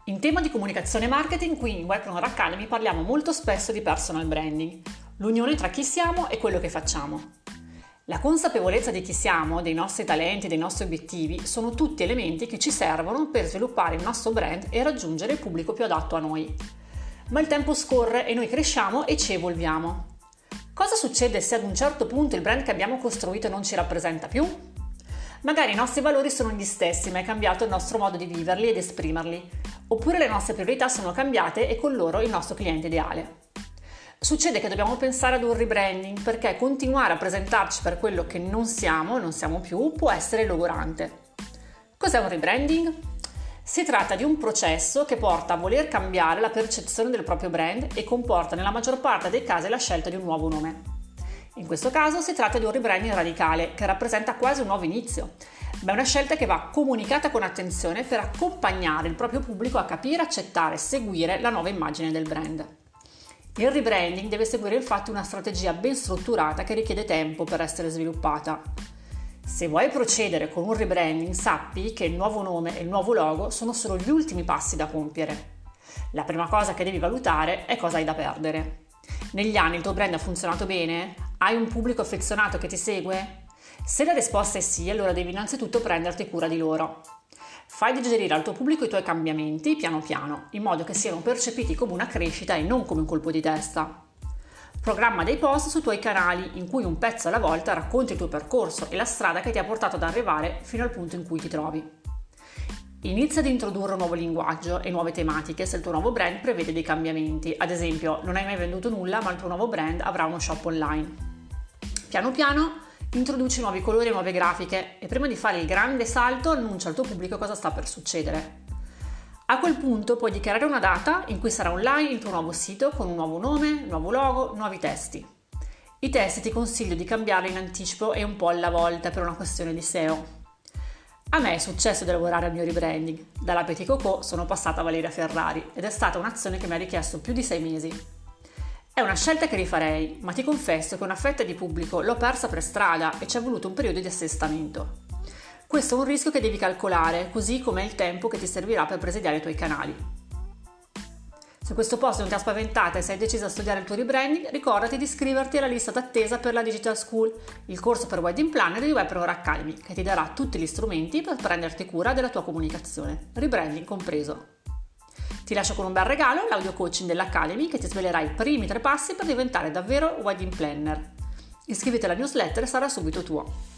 In tema di comunicazione e marketing, qui in Webpreneur Academy parliamo molto spesso di personal branding, l'unione tra chi siamo e quello che facciamo. La consapevolezza di chi siamo, dei nostri talenti, dei nostri obiettivi, sono tutti elementi che ci servono per sviluppare il nostro brand e raggiungere il pubblico più adatto a noi. Ma il tempo scorre e noi cresciamo e ci evolviamo. Cosa succede se ad un certo punto il brand che abbiamo costruito non ci rappresenta più? Magari i nostri valori sono gli stessi, ma è cambiato il nostro modo di viverli ed esprimerli. Oppure le nostre priorità sono cambiate e con loro il nostro cliente ideale. Succede che dobbiamo pensare ad un rebranding perché continuare a presentarci per quello che non siamo più, può essere logorante. Cos'è un rebranding? Si tratta di un processo che porta a voler cambiare la percezione del proprio brand e comporta nella maggior parte dei casi la scelta di un nuovo nome. In questo caso si tratta di un rebranding radicale che rappresenta quasi un nuovo inizio, ma è una scelta che va comunicata con attenzione per accompagnare il proprio pubblico a capire, accettare e seguire la nuova immagine del brand. Il rebranding deve seguire infatti una strategia ben strutturata che richiede tempo per essere sviluppata. Se vuoi procedere con un rebranding, sappi che il nuovo nome e il nuovo logo sono solo gli ultimi passi da compiere. La prima cosa che devi valutare è cosa hai da perdere. Negli anni il tuo brand ha funzionato bene? Hai un pubblico affezionato che ti segue? Se la risposta è sì, allora devi innanzitutto prenderti cura di loro. Fai digerire al tuo pubblico i tuoi cambiamenti piano piano, in modo che siano percepiti come una crescita e non come un colpo di testa. Programma dei post sui tuoi canali in cui un pezzo alla volta racconti il tuo percorso e la strada che ti ha portato ad arrivare fino al punto in cui ti trovi. Inizia ad introdurre un nuovo linguaggio e nuove tematiche se il tuo nuovo brand prevede dei cambiamenti. Ad esempio, non hai mai venduto nulla, ma il tuo nuovo brand avrà uno shop online. Piano piano introduci nuovi colori e nuove grafiche e prima di fare il grande salto annuncia al tuo pubblico cosa sta per succedere. A quel punto puoi dichiarare una data in cui sarà online il tuo nuovo sito con un nuovo nome, nuovo logo, nuovi testi. I testi ti consiglio di cambiarli in anticipo e un po' alla volta per una questione di SEO. A me è successo di lavorare al mio rebranding. Dalla Petit Coco sono passata a Valeria Ferrari ed è stata un'azione che mi ha richiesto più di 6 mesi. È una scelta che rifarei, ma ti confesso che una fetta di pubblico l'ho persa per strada e ci è voluto un periodo di assestamento. Questo è un rischio che devi calcolare, così come il tempo che ti servirà per presidiare i tuoi canali. Se questo post non ti ha spaventata e sei decisa a studiare il tuo rebranding, ricordati di iscriverti alla lista d'attesa per la Digital School, il corso per wedding planner di Webpreneur Academy, che ti darà tutti gli strumenti per prenderti cura della tua comunicazione, rebranding compreso. Ti lascio con un bel regalo, l'audio coaching dell'Academy, che ti svelerà i primi 3 passi per diventare davvero wedding planner. Iscriviti alla newsletter e sarà subito tuo.